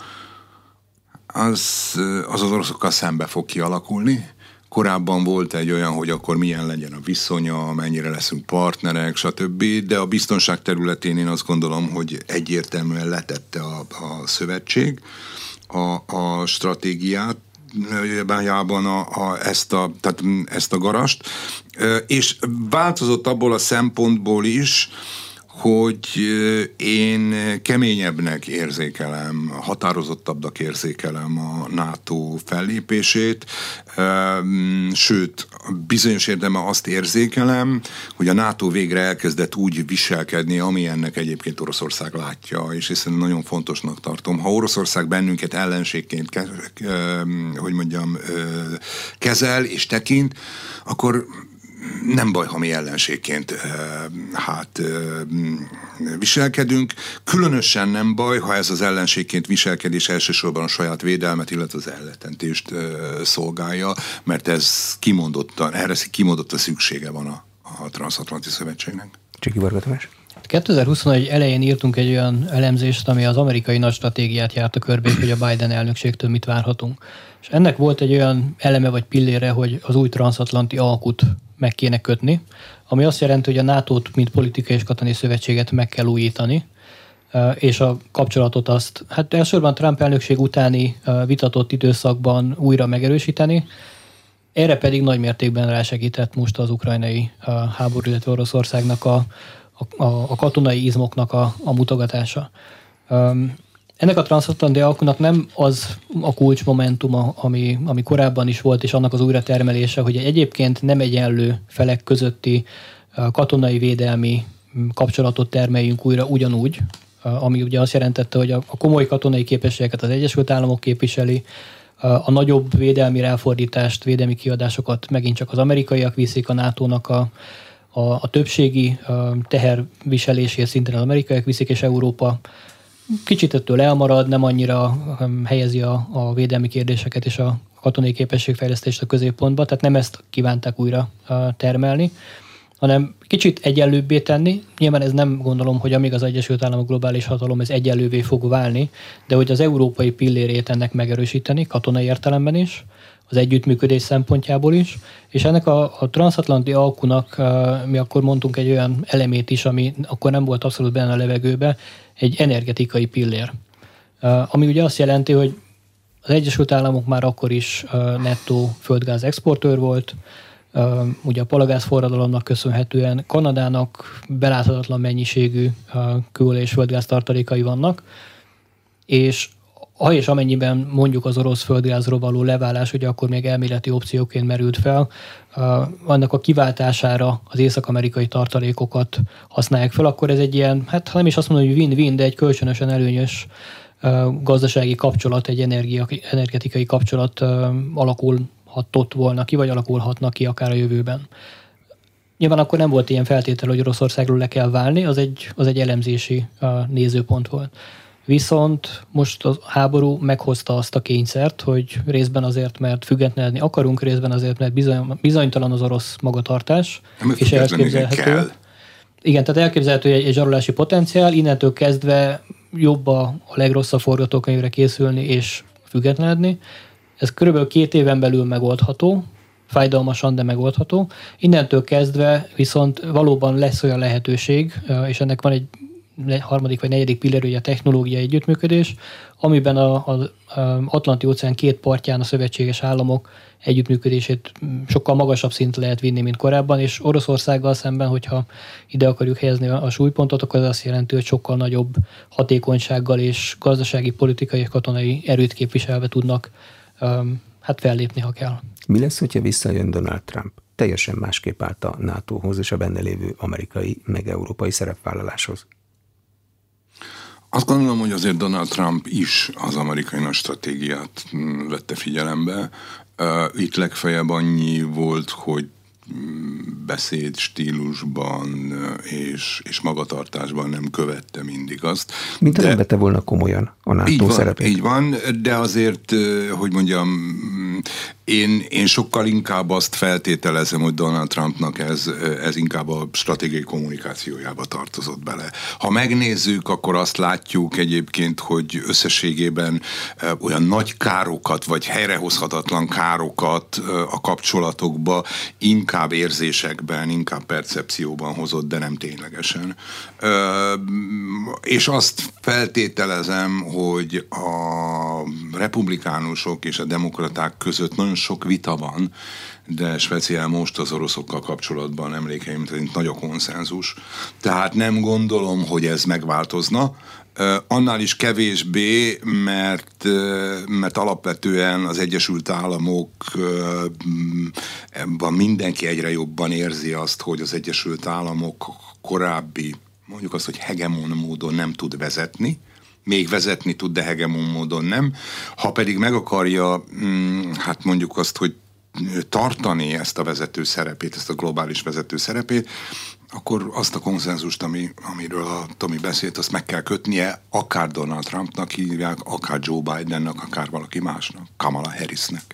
az, az az oroszokkal szembe fog kialakulni. Korábban volt egy olyan, hogy akkor milyen legyen a viszonya, mennyire leszünk partnerek, stb. De a biztonság területén én azt gondolom, hogy egyértelműen letette a, a szövetség a, a stratégiát, bájában a, a, ezt, a, tehát ezt a garast, és változott abból a szempontból is, hogy én keményebbnek érzékelem, határozottabbnak érzékelem a NATO fellépését, sőt, bizonyos érdemben azt érzékelem, hogy a NATO végre elkezdett úgy viselkedni, ami ennek egyébként Oroszország látja, és hiszen nagyon fontosnak tartom. Ha Oroszország bennünket ellenségként, hogy mondjam, kezel és tekint, akkor nem baj, ha mi ellenségként hát viselkedünk. Különösen nem baj, ha ez az ellenségként viselkedés elsősorban a saját védelmet, illetve az elrettentést szolgálja, mert ez kimondottan, erre kimondottan szüksége van a, a Transatlanti Szövetségnek. Csiki Varga Tamás. kétezer-huszonegy elején írtunk egy olyan elemzést, ami az amerikai nagy stratégiát járta körbe, hogy a Biden elnökségtől mit várhatunk. És ennek volt egy olyan eleme vagy pillére, hogy az új transatlanti alkut meg kéne kötni, ami azt jelenti, hogy a nátót, mint politikai és katonai szövetséget meg kell újítani, és a kapcsolatot azt, hát elsősorban Trump elnökség utáni vitatott időszakban újra megerősíteni, erre pedig nagy mértékben rásegített most az ukrajnai háború, illetve Oroszországnak a, a, a katonai izmoknak a, a mutogatása. Ennek a transatlanti alkunak nem az a kulcsmomentuma, ami, ami korábban is volt, és annak az újratermelése, hogy egyébként nem egyenlő felek közötti katonai védelmi kapcsolatot termeljünk újra ugyanúgy, ami ugye azt jelentette, hogy a komoly katonai képességeket az Egyesült Államok képviseli, a nagyobb védelmi ráfordítást, védelmi kiadásokat megint csak az amerikaiak viszik, a nátónak a, a, a többségi teherviselését szintén az amerikaiak viszik, és Európa kicsit ettől elmarad, nem annyira helyezi a, a védelmi kérdéseket és a katonai képességfejlesztést a középpontba, tehát nem ezt kívánták újra termelni, hanem kicsit egyenlőbbé tenni. Nyilván ez nem gondolom, hogy amíg az Egyesült Államok globális hatalom, ez egyenlővé fog válni, de hogy az európai pillérét ennek megerősíteni, katonai értelemben is, az együttműködés szempontjából is, és ennek a, a transatlanti alkunak mi akkor mondtunk egy olyan elemét is, ami akkor nem volt abszolút benne a levegőbe, egy energetikai pillér. Ami ugye azt jelenti, hogy az Egyesült Államok már akkor is nettó földgáz exportőr volt, Ugye a palagáz forradalomnak köszönhetően Kanadának beláthatatlan mennyiségű kő- és földgáz tartalékai vannak, és ha és amennyiben mondjuk az orosz földgázról való leválás, ugye akkor még elméleti opcióként merült fel, annak a kiváltására az észak-amerikai tartalékokat használják fel, akkor ez egy ilyen, hát ha nem is azt mondom, hogy win-win, de egy kölcsönösen előnyös gazdasági kapcsolat, egy energia, energetikai kapcsolat alakulhatott volna ki, vagy alakulhatnak ki akár a jövőben. Nyilván akkor nem volt ilyen feltétel, hogy Oroszországról le kell válni, az egy, az egy elemzési nézőpont volt. Viszont most a háború meghozta azt a kényszert, hogy részben azért, mert függetlenedni akarunk, részben azért, mert bizony, bizonytalan az orosz magatartás. Nem, és elképzelhető. Kell. Igen, tehát elképzelhető egy, egy zsarolási potenciál, innentől kezdve jobb a, a legrosszabb forgatókönyvre készülni és függetlenedni. Ez körülbelül két éven belül megoldható, fájdalmasan, de megoldható. Innentől kezdve viszont valóban lesz olyan lehetőség, és ennek van egy harmadik vagy negyedik pillérje a technológiai együttműködés, amiben az Atlanti-óceán két partján a szövetséges államok együttműködését sokkal magasabb szintre lehet vinni, mint korábban, és Oroszországgal szemben, hogyha ide akarjuk helyezni a súlypontot, akkor az azt jelenti, hogy sokkal nagyobb hatékonysággal és gazdasági, politikai és katonai erőt képviselve tudnak hát fellépni, ha kell. Mi lesz, hogyha visszajön Donald Trump? Teljesen másképp állt a nátóhoz és a benne lévő amerikai meg európai szerepvállaláshoz. Azt gondolom, hogy azért Donald Trump is az amerikai nagy stratégiát vette figyelembe. Itt legfeljebb annyi volt, hogy beszéd stílusban és, és magatartásban nem követte mindig azt. Mint ha nem vette volna komolyan a NATO szerepét. Így van, de azért, hogy mondjam, én, én sokkal inkább azt feltételezem, hogy Donald Trumpnak ez, ez inkább a stratégiai kommunikációjába tartozott bele. Ha megnézzük, akkor azt látjuk egyébként, hogy összességében olyan nagy károkat, vagy helyrehozhatatlan károkat a kapcsolatokba inkább érzésekben, inkább percepcióban hozott, de nem ténylegesen. És azt feltételezem, hogy a republikánusok és a demokraták között nagyon sok vita van, de speciál most az oroszokkal kapcsolatban emlékeim szerint nagy a konszenzus. Tehát nem gondolom, hogy ez megváltozna. Annál is kevésbé, mert, mert alapvetően az Egyesült Államokban mindenki egyre jobban érzi azt, hogy az Egyesült Államok korábbi, mondjuk azt, hogy hegemon módon nem tud vezetni, még vezetni tud, de hegemon módon nem. Ha pedig meg akarja, hát mondjuk azt, hogy tartani ezt a vezető szerepét, ezt a globális vezető szerepét, akkor azt a konszenzust, ami, amiről a Tomi beszélt, azt meg kell kötnie, akár Donald Trumpnak hívják, akár Joe Bidennek, akár valaki másnak, Kamala Harrisnek.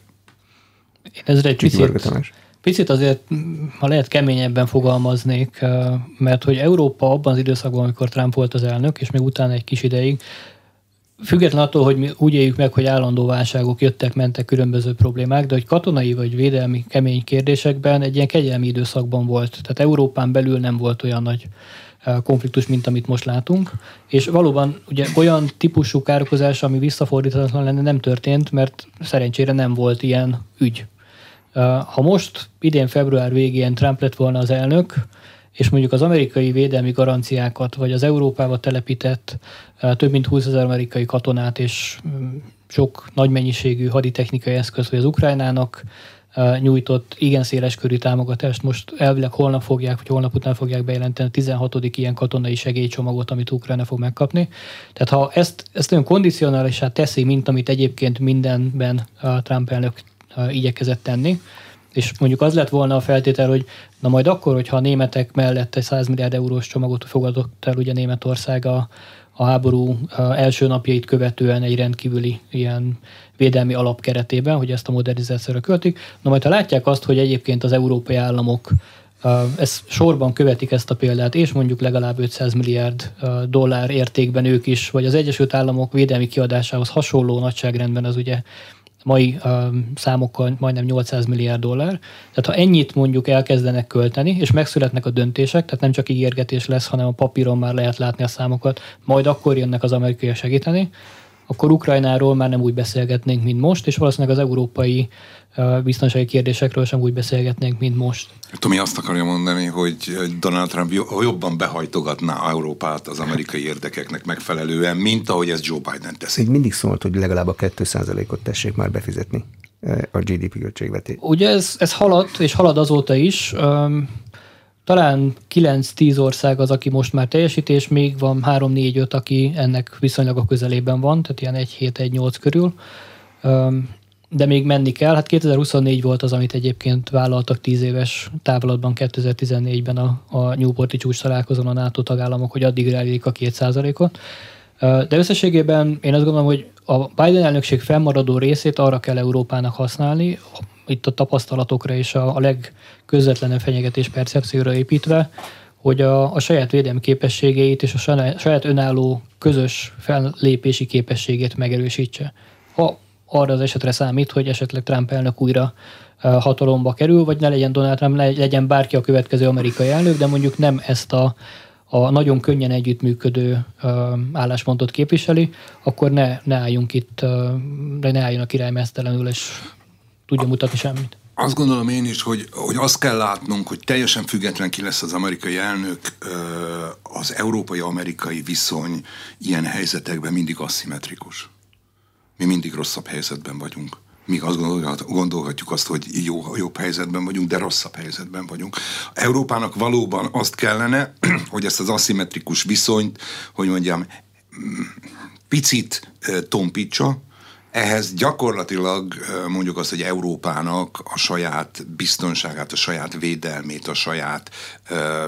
Én ezzel egy picit, picit azért, ha lehet, keményebben fogalmaznék, mert hogy Európa abban az időszakban, amikor Trump volt az elnök, és még utána egy kis ideig, független attól, hogy mi úgy éljük meg, hogy állandó válságok jöttek, mentek, különböző problémák, de hogy katonai vagy védelmi kemény kérdésekben egy ilyen kegyelmi időszakban volt. Tehát Európán belül nem volt olyan nagy konfliktus, mint amit most látunk, és valóban ugye olyan típusú károkozás, ami visszafordíthatatlan lenne, nem történt, mert szerencsére nem volt ilyen ügy. Ha most idén február végén Trump lett volna az elnök, és mondjuk az amerikai védelmi garanciákat, vagy az Európába telepített több mint húszezer amerikai katonát és sok nagy mennyiségű haditechnikai eszköz, vagy az Ukrajnának nyújtott igen széleskörű támogatást, most elvileg holnap fogják, vagy holnap után fogják bejelenteni a tizenhatodik ilyen katonai segélycsomagot, amit Ukrajna fog megkapni. Tehát ha ezt, ezt olyan kondicionálisá teszi, mint amit egyébként mindenben a Trump elnök igyekezett tenni, és mondjuk az lett volna a feltétel, hogy na majd akkor, hogyha a németek mellett egy száz milliárd eurós csomagot fogadott el ugye Németország a, a háború első napjait követően egy rendkívüli ilyen védelmi alap keretében, hogy ezt a modernizációra költik. Na majd ha látják azt, hogy egyébként az európai államok ezt sorban követik ezt a példát, és mondjuk legalább ötszáz milliárd dollár értékben ők is, vagy az Egyesült Államok védelmi kiadásához hasonló nagyságrendben az ugye mai um, számokkal majdnem nyolcszáz milliárd dollár. Tehát ha ennyit mondjuk elkezdenek költeni, és megszületnek a döntések, tehát nem csak ígérgetés lesz, hanem a papíron már lehet látni a számokat, majd akkor jönnek az amerikaiak segíteni, akkor Ukrajnáról már nem úgy beszélgetnénk, mint most, és valószínűleg az európai biztonsági kérdésekről sem úgy beszélgetnénk, mint most. Tomi azt akarja mondani, hogy Donald Trump jobban behajtogatná Európát az amerikai érdekeknek megfelelően, mint ahogy ez Joe Biden teszi. Így mindig szólt, hogy legalább a két százalékot tessék már befizetni a gé dé pé költségvetését. Ugye ez, ez halad, és halad azóta is. Talán kilenc-tíz ország az, aki most már teljesít, és még van három-négy-öt, aki ennek viszonylag a közelében van, tehát ilyen egy hét egy nyolc körül. De még menni kell. Hát kétezer-huszonnégy volt az, amit egyébként vállaltak tíz éves távlatban kétezer-tizennégyben a, a Newporti csúcs találkozón a NATO tagállamok, hogy addig elérik a két százalékot. De összességében én azt gondolom, hogy a Biden elnökség fennmaradó részét arra kell Európának használni, itt a tapasztalatokra és a, a legközvetlenebb fenyegetés percepcióra építve, hogy a, a saját védelmi képességeit és a saját önálló közös fellépési képességét megerősítse. Ha arra az esetre számít, hogy esetleg Trump elnök újra hatalomba kerül, vagy ne legyen Donald Trump, legyen bárki a következő amerikai elnök, de mondjuk nem ezt a, a nagyon könnyen együttműködő álláspontot képviseli, akkor ne, ne álljunk itt, de ne álljon a király meztelenül, és tudja mutatni semmit. Azt gondolom én is, hogy, hogy azt kell látnunk, hogy teljesen független ki lesz az amerikai elnök, az európai-amerikai viszony ilyen helyzetekben mindig aszimmetrikus. Mi mindig rosszabb helyzetben vagyunk. Míg azt gondolhatjuk azt, hogy jó, jobb helyzetben vagyunk, de rosszabb helyzetben vagyunk. Európának valóban azt kellene, hogy ezt az aszimmetrikus viszonyt, hogy mondjam, picit tompítsa. Ehhez gyakorlatilag mondjuk azt, hogy Európának a saját biztonságát, a saját védelmét, a saját ö,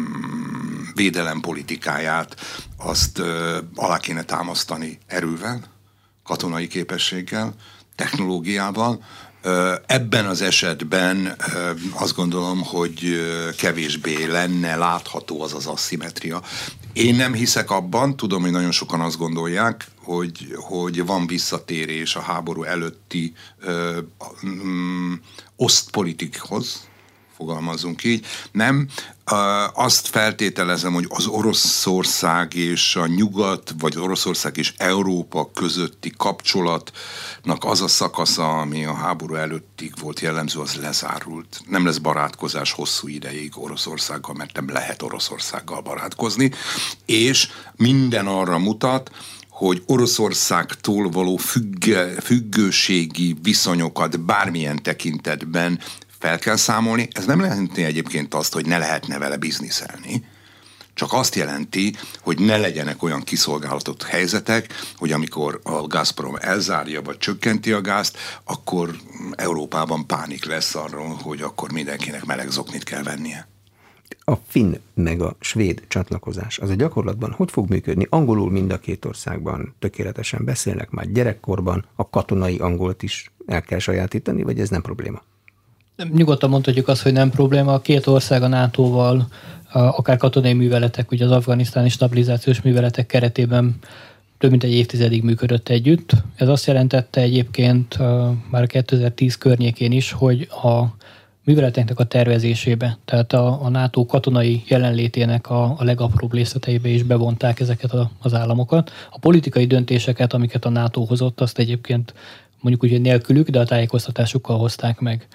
védelempolitikáját azt ö, alá kéne támasztani erővel, katonai képességgel, technológiával. Ebben az esetben azt gondolom, hogy kevésbé lenne látható az az aszimmetria. Én nem hiszek abban, tudom, hogy nagyon sokan azt gondolják, hogy, hogy van visszatérés a háború előtti ö, ö, osztpolitikhoz, fogalmazunk így. Nem, azt feltételezem, hogy az Oroszország és a Nyugat, vagy Oroszország és Európa közötti kapcsolatnak az a szakasza, ami a háború előttig volt jellemző, az lezárult. Nem lesz barátkozás hosszú ideig Oroszországgal, mert nem lehet Oroszországgal barátkozni, és minden arra mutat, hogy Oroszországtól való függe, függőségi viszonyokat bármilyen tekintetben fel kell számolni. Ez nem jelenti egyébként azt, hogy ne lehetne vele bizniszelni, csak azt jelenti, hogy ne legyenek olyan kiszolgálatott helyzetek, hogy amikor a Gazprom elzárja vagy csökkenti a gázt, akkor Európában pánik lesz arról, hogy akkor mindenkinek meleg zoknit kell vennie. A finn meg a svéd csatlakozás, az a gyakorlatban hogy fog működni? Angolul mind a két országban tökéletesen beszélnek már gyerekkorban, a katonai angolt is el kell sajátítani, vagy ez nem probléma? Nyugodtan mondhatjuk azt, hogy nem probléma. A két ország a nátóval, akár katonai műveletek, ugye az afganisztáni stabilizációs műveletek keretében több mint egy évtizedig működött együtt. Ez azt jelentette egyébként már kétezer-tíz környékén is, hogy a műveleteknek a tervezésébe, tehát a, a NATO katonai jelenlétének a, a legapróbb részleteibe is bevonták ezeket a, az államokat. A politikai döntéseket, amiket a NATO hozott, azt egyébként mondjuk úgy, hogy nélkülük, de a tájékoztatásukkal hozták meg.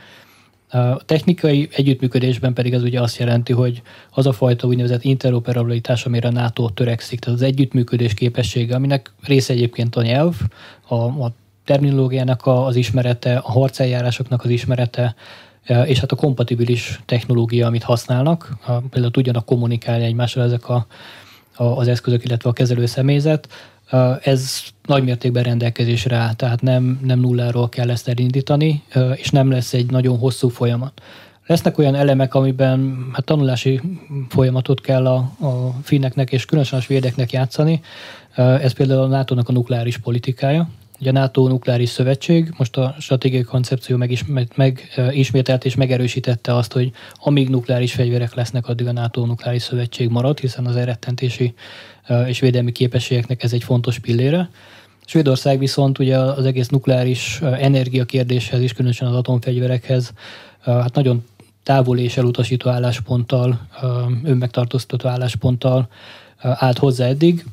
A technikai együttműködésben pedig ez ugye azt jelenti, hogy az a fajta úgynevezett interoperabilitás, amire a NATO törekszik, tehát az együttműködés képessége, aminek része egyébként a nyelv, a, a terminológiának az ismerete, a harceljárásoknak az ismerete, és hát a kompatibilis technológia, amit használnak, például tudjanak kommunikálni egymással ezek a, a, az eszközök, illetve a kezelő személyzet, ez nagymértékben rendelkezésre áll, tehát nem, nem nulláról kell ezt elindítani, és nem lesz egy nagyon hosszú folyamat. Lesznek olyan elemek, amiben hát tanulási folyamatot kell a, a finneknek és különösen a svédeknek játszani. Ez például a nátónak a nukleáris politikája. Ugye a NATO nukleáris szövetség, most a stratégiai koncepció megismételt és megerősítette azt, hogy amíg nukleáris fegyverek lesznek, addig a NATO nukleáris szövetség marad, hiszen az elrettentési és védelmi képességeknek ez egy fontos pillére. Svédország viszont ugye az egész nukleáris energiakérdéshez is, különösen az atomfegyverekhez, hát nagyon távoli és elutasító állásponttal, önmegtartóztató állásponttal állt hozzá eddig.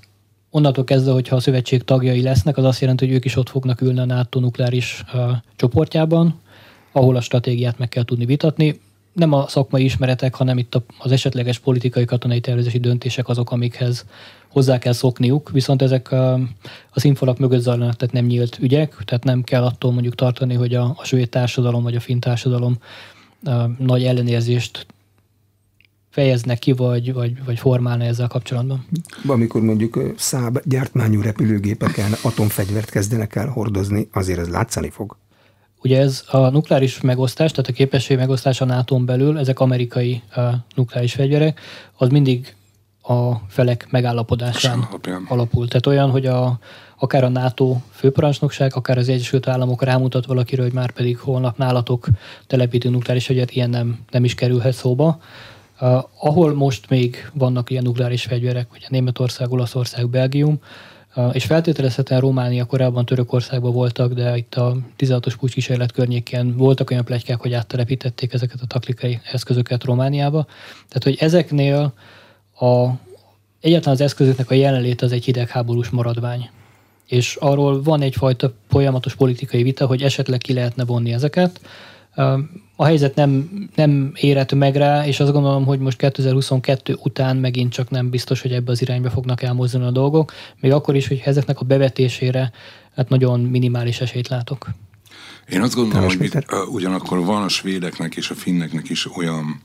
onnantól kezdve, hogyha a szövetség tagjai lesznek, az azt jelenti, hogy ők is ott fognak ülni a NATO nukleáris uh, csoportjában, ahol a stratégiát meg kell tudni vitatni. Nem a szakmai ismeretek, hanem itt az esetleges politikai, katonai tervezési döntések azok, amikhez hozzá kell szokniuk, viszont ezek a, a színfalak mögött zajlanak, tehát nem nyílt ügyek, tehát nem kell attól mondjuk tartani, hogy a, a svéd társadalom vagy a finn társadalom a, nagy ellenérzést fejeznek ki, vagy, vagy, vagy formálna ezzel kapcsolatban. Amikor mondjuk Saab gyártmányú repülőgépeken atomfegyvert kezdenek el hordozni, azért ez látszani fog. Ugye ez a nukleáris megosztás, tehát a képesség megosztás a nátón belül, ezek amerikai uh, nukleáris fegyverek, az mindig a felek megállapodásán alapul. Tehát olyan, hogy a, akár a NATO főparancsnokság, akár az Egyesült Államok rámutat valakire, hogy már pedig holnap nálatok telepítő nukleáris fegyvert, ilyen nem, nem is kerülhet szóba. Uh, ahol most még vannak ilyen nukleáris fegyverek, ugye Németország, Olaszország, Belgium, uh, és feltételezhetően Románia, korábban Törökországban voltak, de itt a tizenhatos pucskísérlet környékén voltak olyan pletykák, hogy áttelepítették ezeket a taktikai eszközöket Romániába. Tehát, hogy ezeknél a, egyáltalán az eszközöknek a jelenlét az egy hidegháborús maradvány. És arról van egyfajta folyamatos politikai vita, hogy esetleg ki lehetne vonni ezeket. A helyzet nem, nem érett meg rá, és azt gondolom, hogy most kétezer-huszonkettő után megint csak nem biztos, hogy ebbe az irányba fognak elmozdulni a dolgok, még akkor is, hogy ezeknek a bevetésére hát nagyon minimális esélyt látok. Én azt gondolom, hogy mit, uh, ugyanakkor van a svédeknek és a finneknek is olyan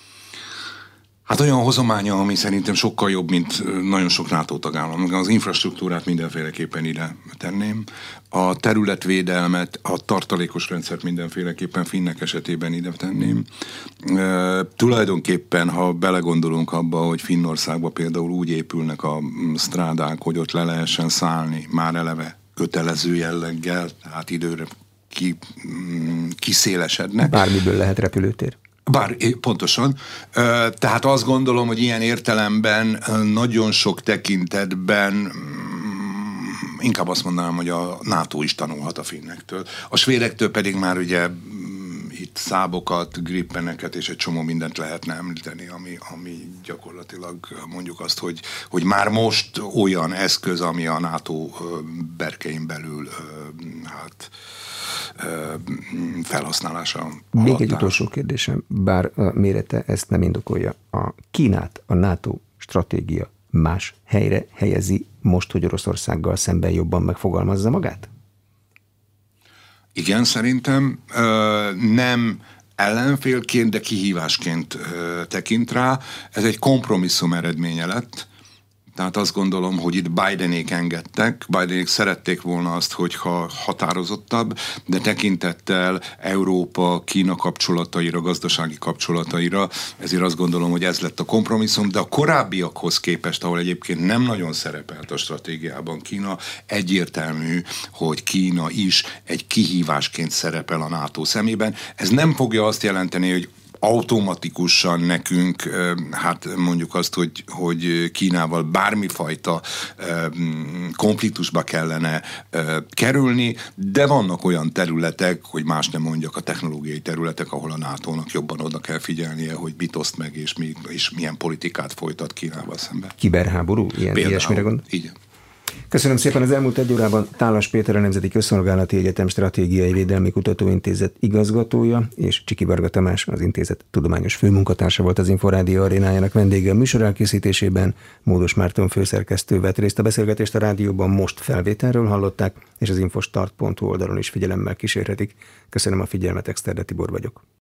Hát olyan hozománya, ami szerintem sokkal jobb, mint nagyon sok NATO tagállam. Az infrastruktúrát mindenféleképpen ide tenném. A területvédelmet, a tartalékos rendszert mindenféleképpen finnek esetében ide tenném. E, tulajdonképpen, ha belegondolunk abba, hogy Finnországban például úgy épülnek a strádák, hogy ott le lehessen szállni, már eleve kötelező jelleggel, tehát időre ki, kiszélesednek. Bármiből lehet repülőtér. Bár pontosan. Tehát azt gondolom, hogy ilyen értelemben nagyon sok tekintetben inkább azt mondanám, hogy a NATO is tanulhat a finnektől. A svédektől pedig már ugye itt szábokat, grippeneket és egy csomó mindent lehetne említeni, ami, ami gyakorlatilag mondjuk azt, hogy, hogy már most olyan eszköz, ami a NATO berkein belül hát felhasználása. Még alatt egy utolsó kérdésem, bár a mérete ezt nem indokolja. A Kínát a NATO stratégia más helyre helyezi most, hogy Oroszországgal szemben jobban megfogalmazza magát? Igen, szerintem nem ellenfélként, de kihívásként tekint rá. Ez egy kompromisszum eredménye lett. Tehát azt gondolom, hogy itt Bidenék engedtek, Bidenék szerették volna azt, hogyha határozottabb, de tekintettel Európa-Kína kapcsolataira, gazdasági kapcsolataira, ezért azt gondolom, hogy ez lett a kompromisszum, de a korábbiakhoz képest, ahol egyébként nem nagyon szerepelt a stratégiában Kína, egyértelmű, hogy Kína is egy kihívásként szerepel a NATO szemében. Ez nem fogja azt jelenteni, hogy automatikusan nekünk, hát mondjuk azt, hogy, hogy Kínával bármifajta konfliktusba kellene kerülni, de vannak olyan területek, hogy más nem mondjak, a technológiai területek, ahol a nátónak jobban oda kell figyelnie, hogy mit oszt meg, és, mi, és milyen politikát folytat Kínával szemben. Kiberháború? Ilyen ilyesmire gondol? Igen. Köszönöm szépen. Az elmúlt egy órában Tálas Péter, a Nemzeti Közszolgálati Egyetem Stratégiai Védelmi Kutatóintézet igazgatója, és Csiki Varga Tamás, az intézet tudományos főmunkatársa volt az Inforádió arénájának vendége. A műsor elkészítésében Módos Márton főszerkesztő vett részt. A beszélgetést a rádióban most felvételről hallották, és az infostart pont hu oldalon is figyelemmel kísérhetik. Köszönöm a figyelmet, Exterde Tibor vagyok.